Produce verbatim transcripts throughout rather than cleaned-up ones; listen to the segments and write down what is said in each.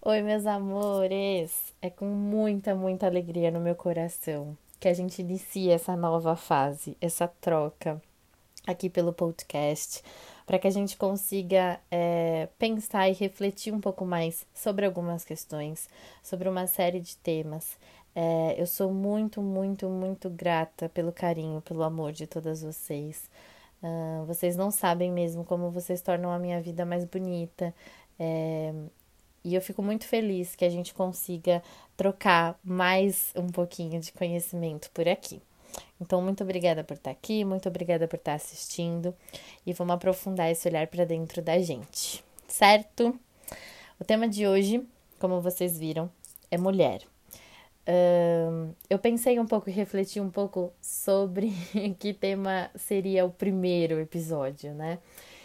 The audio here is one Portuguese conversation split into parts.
Oi, meus amores! É com muita, muita alegria no meu coração que a gente inicia essa nova fase, essa troca aqui pelo podcast, para que a gente consiga é, pensar e refletir um pouco mais sobre algumas questões, sobre uma série de temas. É, eu sou muito, muito, muito grata pelo carinho, pelo amor de todas vocês. Ah, vocês não sabem mesmo como vocês tornam a minha vida mais bonita. É, e eu fico muito feliz que a gente consiga trocar mais um pouquinho de conhecimento por aqui. Então, muito obrigada por estar aqui, muito obrigada por estar assistindo e vamos aprofundar esse olhar para dentro da gente, certo? O tema de hoje, como vocês viram, é mulher. Ahn, eu pensei um pouco e refleti um pouco sobre que tema seria o primeiro episódio, né?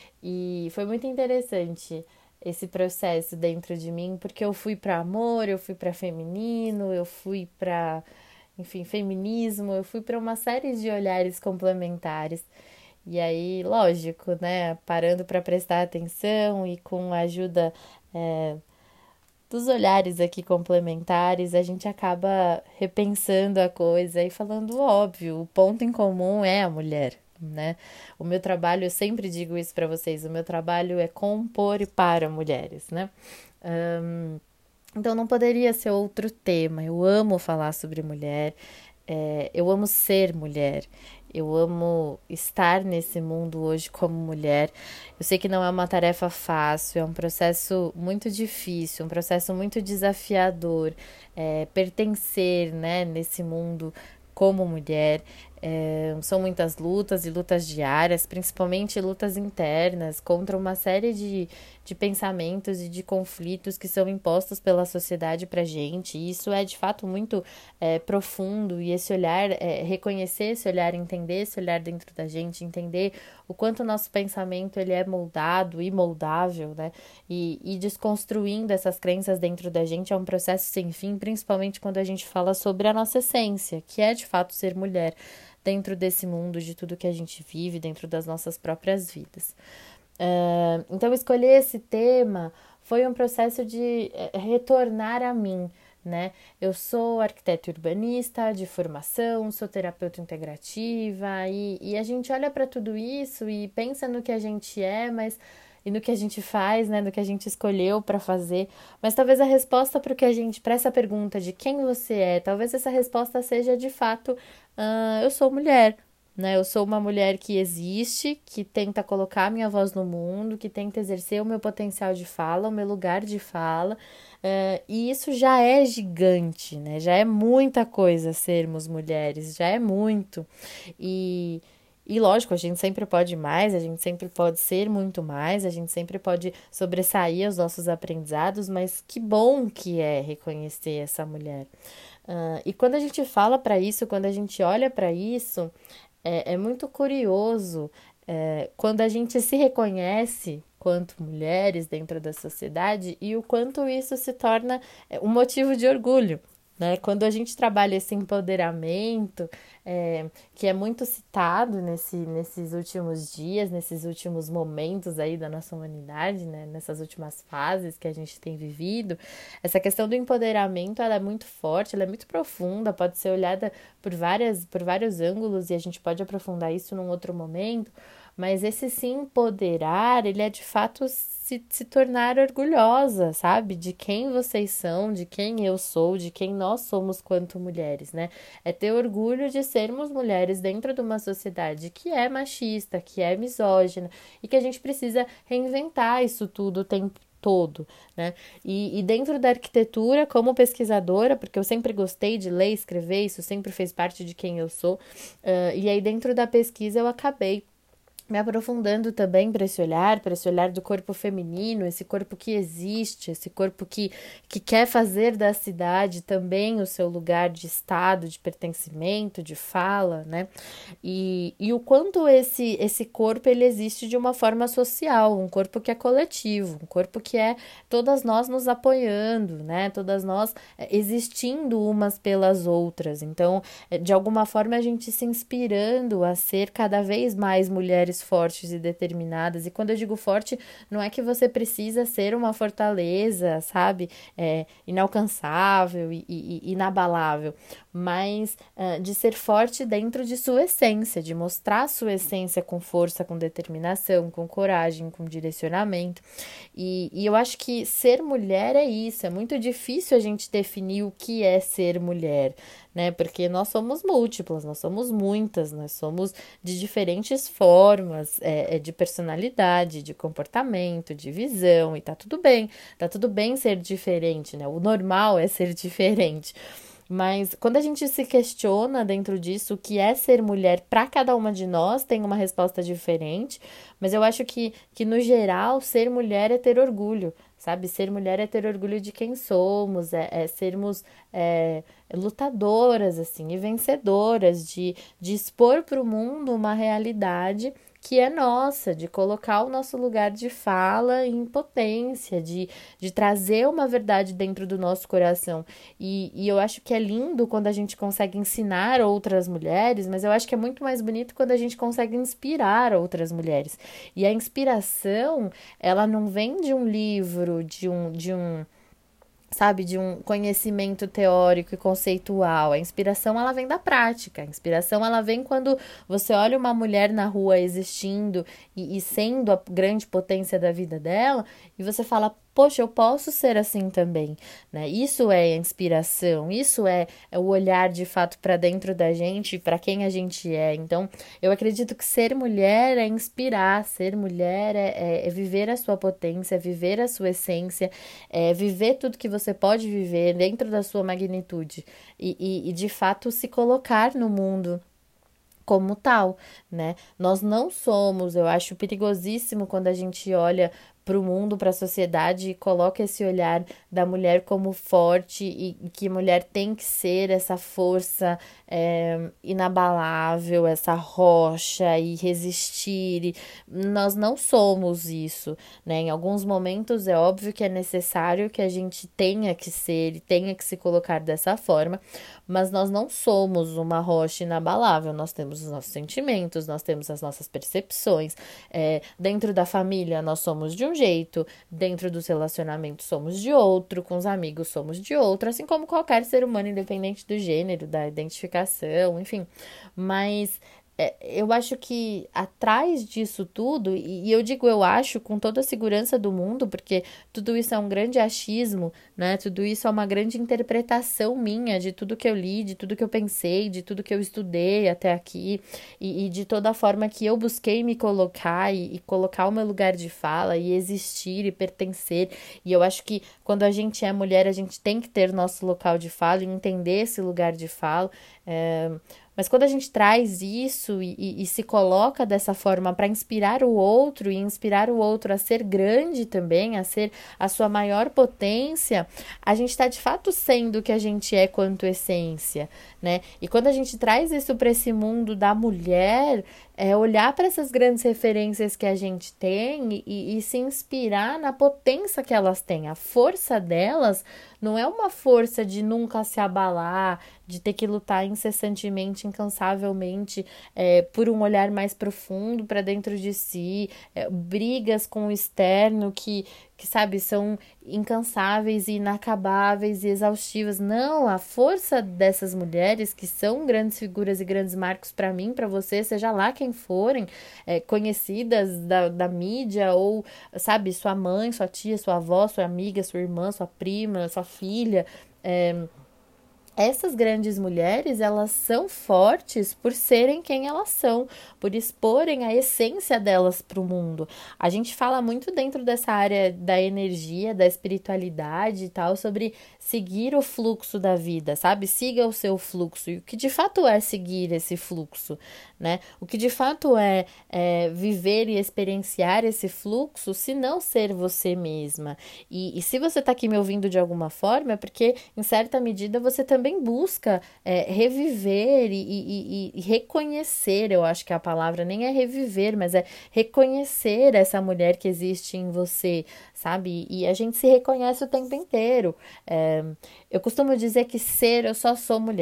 E foi muito interessante esse processo dentro de mim, porque eu fui para amor, eu fui para feminino, eu fui para, enfim, feminismo, eu fui para uma série de olhares complementares. E aí, lógico, né, parando para prestar atenção e com a ajuda é, dos olhares aqui complementares, a gente acaba repensando a coisa e falando óbvio, o ponto em comum é a mulher, né? O meu trabalho, eu sempre digo isso para vocês, o meu trabalho é compor e para mulheres, né? Ahn, então não poderia ser outro tema. Eu amo falar sobre mulher, é, eu amo ser mulher, eu amo estar nesse mundo hoje como mulher. Eu sei que não é uma tarefa fácil, é um processo muito difícil, um processo muito desafiador, é, pertencer, né, nesse mundo como mulher. É, são muitas lutas e lutas diárias, principalmente lutas internas contra uma série de, de pensamentos e de conflitos que são impostos pela sociedade pra gente. E isso é de fato muito é, profundo e esse olhar, é, reconhecer esse olhar, entender esse olhar dentro da gente, entender o quanto o nosso pensamento ele é moldado e moldável, né? E, e desconstruindo essas crenças dentro da gente é um processo sem fim, principalmente quando a gente fala sobre a nossa essência, que é de fato ser mulher dentro desse mundo, de tudo que a gente vive, dentro das nossas próprias vidas. Uh, então, escolher esse tema foi um processo de eh, retornar a mim, né? Eu sou arquiteta urbanista de formação, sou terapeuta integrativa e, e a gente olha para tudo isso e pensa no que a gente é, mas e no que a gente faz, né, no que a gente escolheu para fazer, mas talvez a resposta para que a gente, para essa pergunta de quem você é, talvez essa resposta seja de fato, uh, eu sou mulher, né? Eu sou uma mulher que existe, que tenta colocar a minha voz no mundo, que tenta exercer o meu potencial de fala, o meu lugar de fala, uh, e isso já é gigante, né? Já é muita coisa sermos mulheres, já é muito. E e lógico, a gente sempre pode mais, a gente sempre pode ser muito mais, a gente sempre pode sobressair os nossos aprendizados, mas que bom que é reconhecer essa mulher. Uh, e quando a gente fala para isso, quando a gente olha para isso, é, é muito curioso é, quando a gente se reconhece quanto mulheres dentro da sociedade e o quanto isso se torna é, um motivo de orgulho. Né? Quando a gente trabalha esse empoderamento, é, que é muito citado nesse, nesses últimos dias, nesses últimos momentos aí da nossa humanidade, né? Nessas últimas fases que a gente tem vivido, essa questão do empoderamento ela é muito forte, ela é muito profunda, pode ser olhada por, várias, por vários ângulos e a gente pode aprofundar isso num outro momento, mas esse se empoderar, ele é de fato se, se tornar orgulhosa, sabe? De quem vocês são, de quem eu sou, de quem nós somos quanto mulheres, né? É ter orgulho de sermos mulheres dentro de uma sociedade que é machista, que é misógina e que a gente precisa reinventar isso tudo o tempo todo, né? E, e dentro da arquitetura, como pesquisadora, porque eu sempre gostei de ler, escrever, isso sempre fez parte de quem eu sou, uh, e aí dentro da pesquisa eu acabei me aprofundando também para esse olhar, para esse olhar do corpo feminino, esse corpo que existe, esse corpo que, que quer fazer da cidade também o seu lugar de estado, de pertencimento, de fala, né? E, e o quanto esse, esse corpo ele existe de uma forma social, um corpo que é coletivo, um corpo que é todas nós nos apoiando, né? Todas nós existindo umas pelas outras. Então, de alguma forma, a gente se inspirando a ser cada vez mais mulheres mais fortes e determinadas. E quando eu digo forte, não é que você precisa ser uma fortaleza, sabe? É, inalcançável e, e, e inabalável, mas uh, de ser forte dentro de sua essência, de mostrar sua essência com força, com determinação, com coragem, com direcionamento. E, e eu acho que ser mulher é isso, é muito difícil a gente definir o que é ser mulher, né? Porque nós somos múltiplas, nós somos muitas, nós somos de diferentes formas, é, é de personalidade, de comportamento, de visão, e tá tudo bem, tá tudo bem ser diferente, né? O normal é ser diferente. Mas quando a gente se questiona dentro disso, o que é ser mulher para cada uma de nós, tem uma resposta diferente. Mas eu acho que, que, no geral, ser mulher é ter orgulho, sabe? Ser mulher é ter orgulho de quem somos, é, é sermos é, lutadoras, assim, e vencedoras, de, de expor para o mundo uma realidade que é nossa, de colocar o nosso lugar de fala em potência, de, de trazer uma verdade dentro do nosso coração. E, e eu acho que é lindo quando a gente consegue ensinar outras mulheres, mas eu acho que é muito mais bonito quando a gente consegue inspirar outras mulheres. E a inspiração, ela não vem de um livro, de um, de um sabe, de um conhecimento teórico e conceitual. A inspiração, ela vem da prática. A inspiração, ela vem quando você olha uma mulher na rua existindo e, e sendo a grande potência da vida dela, e você fala, poxa, eu posso ser assim também, né? Isso é a inspiração, isso é, é o olhar de fato para dentro da gente, para quem a gente é. Então, eu acredito que ser mulher é inspirar, ser mulher é, é, é viver a sua potência, é viver a sua essência, é viver tudo que você pode viver dentro da sua magnitude e, e, e de fato se colocar no mundo como tal, né? Nós não somos, eu acho perigosíssimo quando a gente olha para o mundo, para a sociedade e coloca esse olhar da mulher como forte e, e que mulher tem que ser essa força é, inabalável, essa rocha e resistir. E nós não somos isso, né? Em alguns momentos é óbvio que é necessário que a gente tenha que ser e tenha que se colocar dessa forma, mas nós não somos uma rocha inabalável, nós temos os nossos sentimentos, nós temos as nossas percepções, é, dentro da família nós somos de um jeito, dentro dos relacionamentos somos de outro, com os amigos somos de outro, assim como qualquer ser humano, independente do gênero, da identificação, enfim, mas é, eu acho que atrás disso tudo, e, e eu digo eu acho com toda a segurança do mundo, porque tudo isso é um grande achismo, né? Tudo isso é uma grande interpretação minha de tudo que eu li, de tudo que eu pensei, de tudo que eu estudei até aqui, e, e de toda a forma que eu busquei me colocar e, e colocar o meu lugar de fala e existir e pertencer. E eu acho que quando a gente é mulher, a gente tem que ter nosso local de fala e entender esse lugar de fala. É... Mas quando a gente traz isso e, e, e se coloca dessa forma para inspirar o outro e inspirar o outro a ser grande também, a ser a sua maior potência, a gente está de fato sendo o que a gente é quanto essência, né? E quando a gente traz isso para esse mundo da mulher, é olhar para essas grandes referências que a gente tem e, e se inspirar na potência que elas têm. A força delas não é uma força de nunca se abalar, de ter que lutar incessantemente, incansavelmente, é, por um olhar mais profundo para dentro de si, é, brigas com o externo que, que, sabe, são incansáveis e inacabáveis e exaustivas. Não, a força dessas mulheres, que são grandes figuras e grandes marcos para mim, para você, seja lá quem forem, é, conhecidas da, da mídia ou, sabe, sua mãe, sua tia, sua avó, sua amiga, sua irmã, sua prima, sua filha, é, essas grandes mulheres, elas são fortes por serem quem elas são, por exporem a essência delas para o mundo. A gente fala muito dentro dessa área da energia, da espiritualidade e tal, sobre seguir o fluxo da vida, sabe? Siga o seu fluxo. E o que de fato é seguir esse fluxo, né? O que de fato é, é viver e experienciar esse fluxo, se não ser você mesma. E, e se você está aqui me ouvindo de alguma forma, é porque, em certa medida, você também busca é, reviver e, e, e reconhecer, eu acho que a palavra nem é reviver, mas é reconhecer essa mulher que existe em você, sabe? E a gente se reconhece o tempo inteiro. É, eu costumo dizer que ser, eu só sou mulher.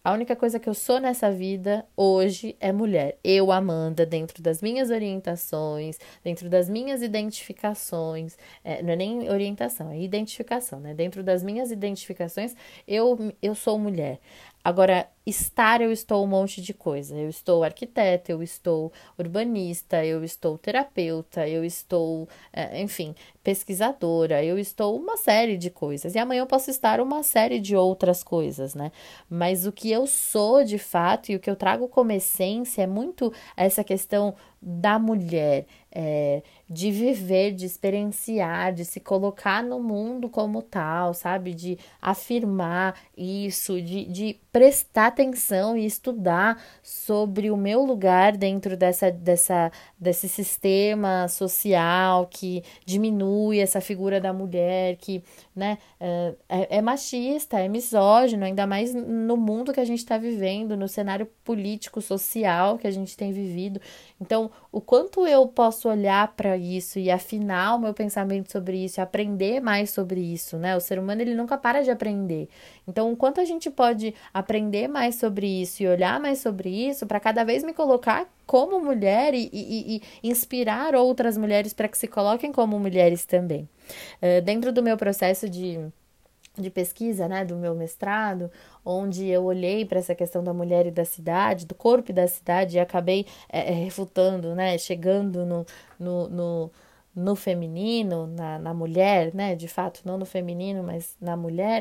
A única coisa que eu sou nessa vida hoje é mulher. Eu, Amanda, dentro das minhas orientações, dentro das minhas identificações, é, não é nem orientação, é identificação, né? Dentro das minhas identificações, eu, eu sou mulher. Agora, estar, eu estou um monte de coisa. Eu estou arquiteta, eu estou urbanista, eu estou terapeuta, eu estou, é, enfim, pesquisadora, eu estou uma série de coisas. E amanhã eu posso estar uma série de outras coisas, né? Mas o que eu sou de fato e o que eu trago como essência é muito essa questão da mulher, é, de viver, de experienciar, de se colocar no mundo como tal, sabe? De afirmar isso, de, de prestar atenção e estudar sobre o meu lugar dentro dessa, dessa, desse sistema social que diminui essa figura da mulher, que, né, é, é machista, é misógino, ainda mais no mundo que a gente está vivendo, no cenário político, social que a gente tem vivido. Então, o quanto eu posso olhar para isso e afinar o meu pensamento sobre isso, e aprender mais sobre isso, né? O ser humano, ele nunca para de aprender. Então, o quanto a gente pode aprender mais sobre isso e olhar mais sobre isso para cada vez me colocar como mulher e, e, e inspirar outras mulheres para que se coloquem como mulheres também. Uh, dentro do meu processo de de pesquisa, né, do meu mestrado, onde eu olhei para essa questão da mulher e da cidade, do corpo e da cidade, e acabei é, refutando, né, chegando no, no, no, no feminino, na, na mulher, né, de fato, não no feminino, mas na mulher.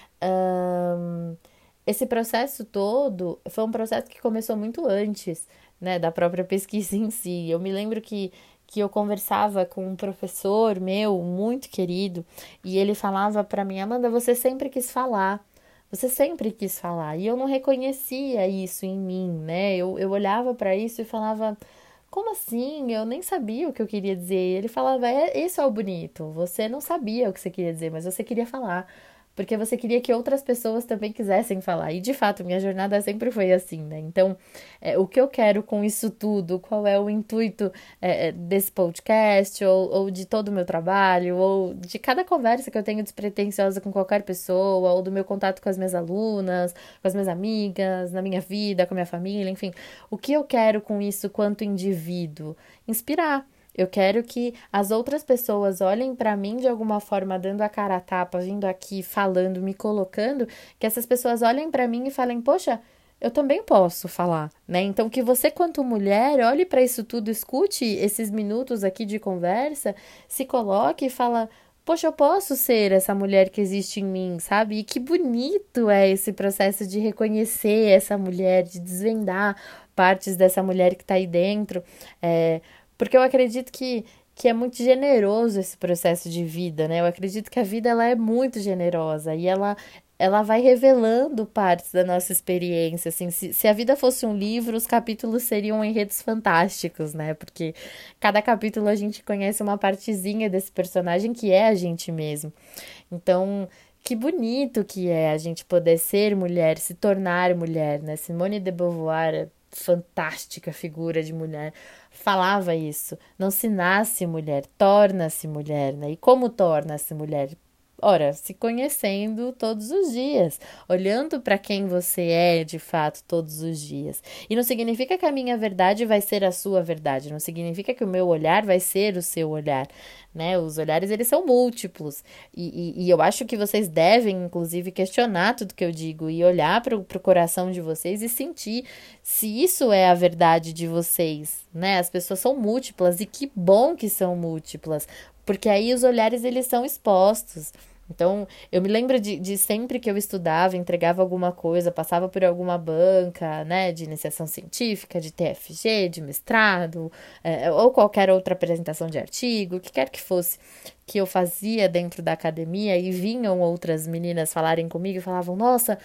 Um, esse processo todo foi um processo que começou muito antes, né, da própria pesquisa em si. Eu me lembro que que eu conversava com um professor meu, muito querido, e ele falava para mim, Amanda, você sempre quis falar, você sempre quis falar, e eu não reconhecia isso em mim, né, eu, eu olhava para isso e falava, como assim? Eu nem sabia o que eu queria dizer. E ele falava, é, esse é o bonito, você não sabia o que você queria dizer, mas você queria falar, porque você queria que outras pessoas também quisessem falar. E, de fato, minha jornada sempre foi assim, né? Então, é, o que eu quero com isso tudo? Qual é o intuito é, desse podcast? Ou, ou de todo o meu trabalho? Ou de cada conversa que eu tenho despretensiosa com qualquer pessoa? Ou do meu contato com as minhas alunas, com as minhas amigas, na minha vida, com a minha família, enfim. O que eu quero com isso quanto indivíduo? Inspirar. Eu quero que as outras pessoas olhem para mim de alguma forma, dando a cara a tapa, vindo aqui, falando, me colocando, que essas pessoas olhem para mim e falem, poxa, eu também posso falar, né? Então, que você, quanto mulher, olhe para isso tudo, escute esses minutos aqui de conversa, se coloque e fala, poxa, eu posso ser essa mulher que existe em mim, sabe? E que bonito é esse processo de reconhecer essa mulher, de desvendar partes dessa mulher que está aí dentro, é... Porque eu acredito que, que é muito generoso esse processo de vida, né? Eu acredito que a vida ela é muito generosa e ela, ela vai revelando partes da nossa experiência. Assim, se, se a vida fosse um livro, os capítulos seriam enredos fantásticos, né? Porque cada capítulo a gente conhece uma partezinha desse personagem que é a gente mesmo. Então, que bonito que é a gente poder ser mulher, se tornar mulher, né? Simone de Beauvoir, fantástica figura de mulher, falava isso, não se nasce mulher, torna-se mulher, né? E como torna-se mulher? Ora, se conhecendo todos os dias, olhando para quem você é de fato todos os dias. E não significa que a minha verdade vai ser a sua verdade, não significa que o meu olhar vai ser o seu olhar, né? Os olhares, eles são múltiplos. E, e, e eu acho que vocês devem, inclusive, questionar tudo que eu digo e olhar para o coração de vocês e sentir se isso é a verdade de vocês, né? As pessoas são múltiplas e que bom que são múltiplas, porque aí os olhares, eles são expostos. Então, eu me lembro de, de sempre que eu estudava, entregava alguma coisa, passava por alguma banca, né, de iniciação científica, de T F G, de mestrado, é, ou qualquer outra apresentação de artigo, o que quer que fosse que eu fazia dentro da academia, e vinham outras meninas falarem comigo e falavam, nossa,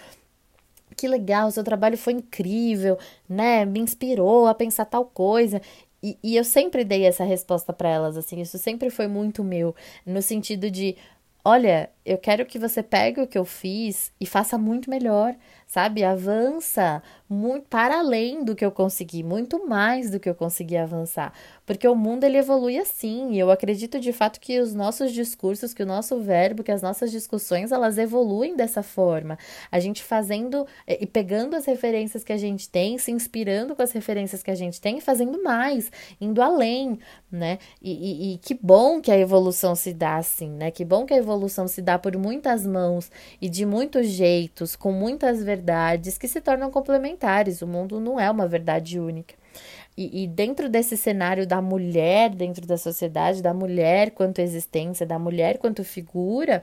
que legal, seu trabalho foi incrível, né, me inspirou a pensar tal coisa. E, e eu sempre dei essa resposta para elas, assim, isso sempre foi muito meu, no sentido de, olha, eu quero que você pegue o que eu fiz e faça muito melhor, sabe? Avança muito para além do que eu consegui, muito mais do que eu consegui avançar, porque o mundo ele evolui assim, e eu acredito de fato que os nossos discursos, que o nosso verbo, que as nossas discussões, elas evoluem dessa forma, a gente fazendo e pegando as referências que a gente tem, se inspirando com as referências que a gente tem e fazendo mais, indo além, né? E, e, e que bom que a evolução se dá assim, né? Que bom que a evolução se dá por muitas mãos e de muitos jeitos, com muitas verdades que se tornam complementares. O mundo não é uma verdade única. E, e dentro desse cenário da mulher, dentro da sociedade, da mulher quanto existência, da mulher quanto figura,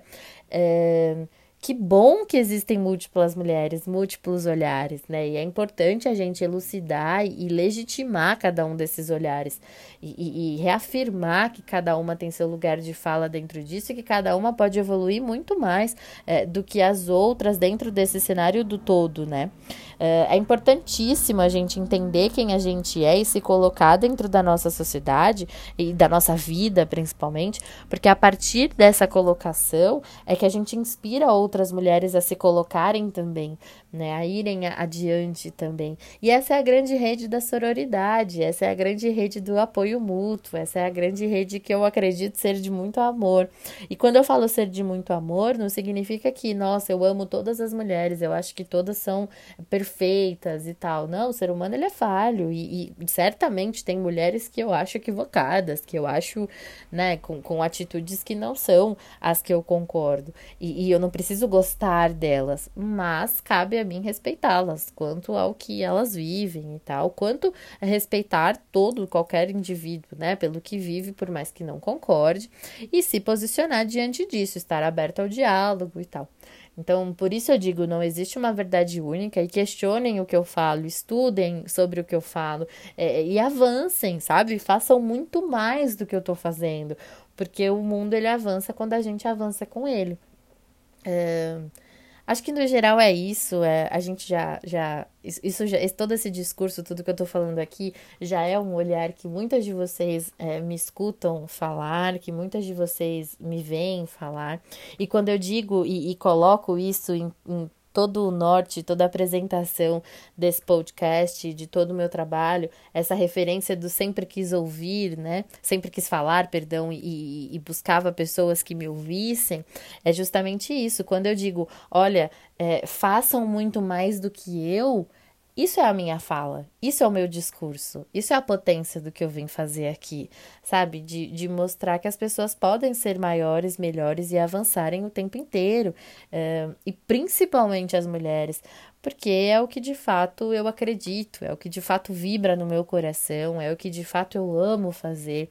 é, que bom que existem múltiplas mulheres, múltiplos olhares, né? E é importante a gente elucidar e legitimar cada um desses olhares e, e, e reafirmar que cada uma tem seu lugar de fala dentro disso e que cada uma pode evoluir muito mais é, do que as outras dentro desse cenário do todo, né? É, é importantíssimo a gente entender quem a gente é e se colocar dentro da nossa sociedade e da nossa vida, principalmente, porque a partir dessa colocação é que a gente inspira outras mulheres a se colocarem também, né, a irem adiante também. E essa é a grande rede da sororidade, essa é a grande rede do apoio mútuo, essa é a grande rede que eu acredito ser de muito amor. E quando eu falo ser de muito amor, não significa que, nossa, eu amo todas as mulheres, eu acho que todas são perfeitas e tal. Não, o ser humano ele é falho e, e certamente tem mulheres que eu acho equivocadas, que eu acho, né, com, com atitudes que não são as que eu concordo. E, e eu não preciso gostar delas, mas cabe a mim respeitá-las quanto ao que elas vivem e tal, quanto a respeitar todo, qualquer indivíduo, né, pelo que vive, por mais que não concorde, e se posicionar diante disso, estar aberto ao diálogo e tal. Então, por isso eu digo, não existe uma verdade única e questionem o que eu falo, estudem sobre o que eu falo é, e avancem, sabe? Façam muito mais do que eu tô fazendo, porque o mundo ele avança quando a gente avança com ele. É, acho que no geral é isso, é, a gente já, já, isso já, todo esse discurso, tudo que eu tô falando aqui, já é um olhar que muitas de vocês é, me escutam falar, que muitas de vocês me veem falar, e quando eu digo e, e coloco isso em, em todo o norte, toda a apresentação desse podcast, de todo o meu trabalho, essa referência do sempre quis ouvir, né? Sempre quis falar, perdão, e, e buscava pessoas que me ouvissem, é justamente isso. Quando eu digo, olha, é, façam muito mais do que eu, isso é a minha fala, isso é o meu discurso, isso é a potência do que eu vim fazer aqui, sabe? De, de mostrar que as pessoas podem ser maiores, melhores e avançarem o tempo inteiro, é, e principalmente as mulheres, porque é o que de fato eu acredito, é o que de fato vibra no meu coração, é o que de fato eu amo fazer,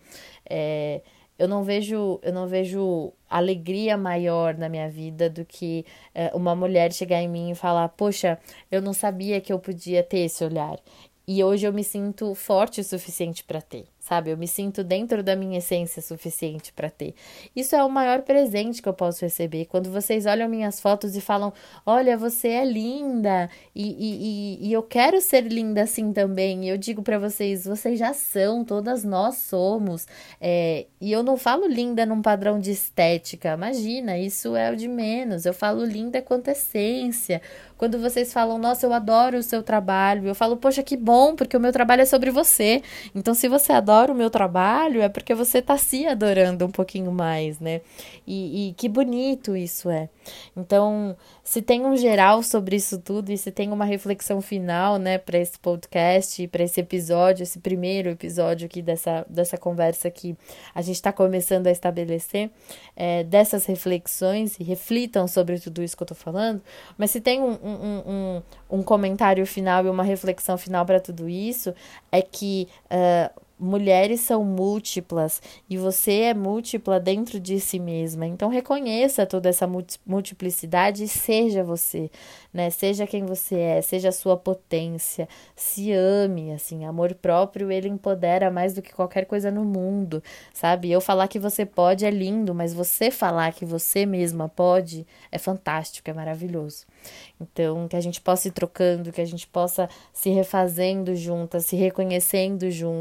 é, eu não vejo, eu não vejo alegria maior na minha vida do que é, uma mulher chegar em mim e falar, poxa, eu não sabia que eu podia ter esse olhar. E hoje eu me sinto forte o suficiente para ter, sabe? Eu me sinto dentro da minha essência suficiente para ter. Isso é o maior presente que eu posso receber. Quando vocês olham minhas fotos e falam, olha, você é linda e, e, e, e eu quero ser linda assim também. E eu digo para vocês, vocês já são, todas nós somos. É, e eu não falo linda num padrão de estética, imagina, isso é o de menos. Eu falo linda quanto essência. Quando vocês falam, nossa, eu adoro o seu trabalho, eu falo, poxa, que bom, porque o meu trabalho é sobre você. Então, se você adora o meu trabalho, é porque você tá se adorando um pouquinho mais, né? E, e que bonito isso é. Então, se tem um geral sobre isso tudo e se tem uma reflexão final, né, para esse podcast, para esse episódio, esse primeiro episódio aqui dessa, dessa conversa que a gente está começando a estabelecer, é, dessas reflexões, e reflitam sobre tudo isso que eu tô falando, mas se tem um Um, um, um comentário final e uma reflexão final para tudo isso, é que uh, mulheres são múltiplas e você é múltipla dentro de si mesma. Então reconheça toda essa multiplicidade e seja você, né? Seja quem você é, seja a sua potência, se ame, assim, amor próprio, ele empodera mais do que qualquer coisa no mundo, sabe? Eu falar que você pode é lindo, mas você falar que você mesma pode é fantástico, é maravilhoso. Então, que a gente possa ir trocando, que a gente possa se refazendo juntas, se reconhecendo juntas,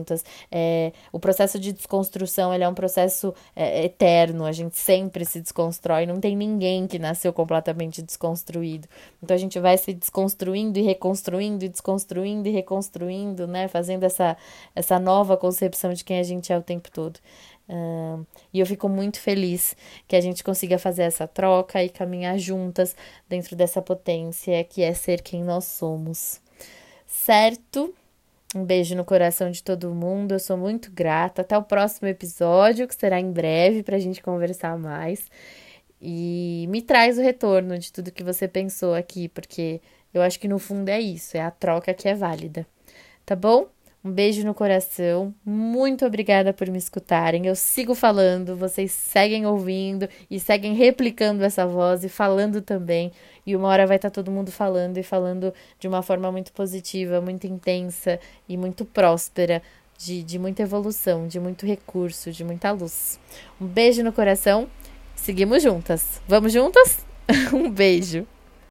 É, o processo de desconstrução, ele é um processo é, eterno, a gente sempre se desconstrói, não tem ninguém que nasceu completamente desconstruído. Então a gente vai se desconstruindo e reconstruindo, e desconstruindo e reconstruindo, né? Fazendo essa, essa nova concepção de quem a gente é o tempo todo. Uh, e eu fico muito feliz que a gente consiga fazer essa troca e caminhar juntas dentro dessa potência que é ser quem nós somos. Certo? Um beijo no coração de todo mundo, eu sou muito grata. Até o próximo episódio, que será em breve, para a gente conversar mais. E me traz o retorno de tudo que você pensou aqui, porque eu acho que no fundo é isso, é a troca que é válida. Tá bom? Um beijo no coração, muito obrigada por me escutarem. Eu sigo falando, vocês seguem ouvindo e seguem replicando essa voz e falando também. E uma hora vai estar todo mundo falando e falando de uma forma muito positiva, muito intensa e muito próspera, de, de muita evolução, de muito recurso, de muita luz. Um beijo no coração, seguimos juntas. Vamos juntas? Um beijo!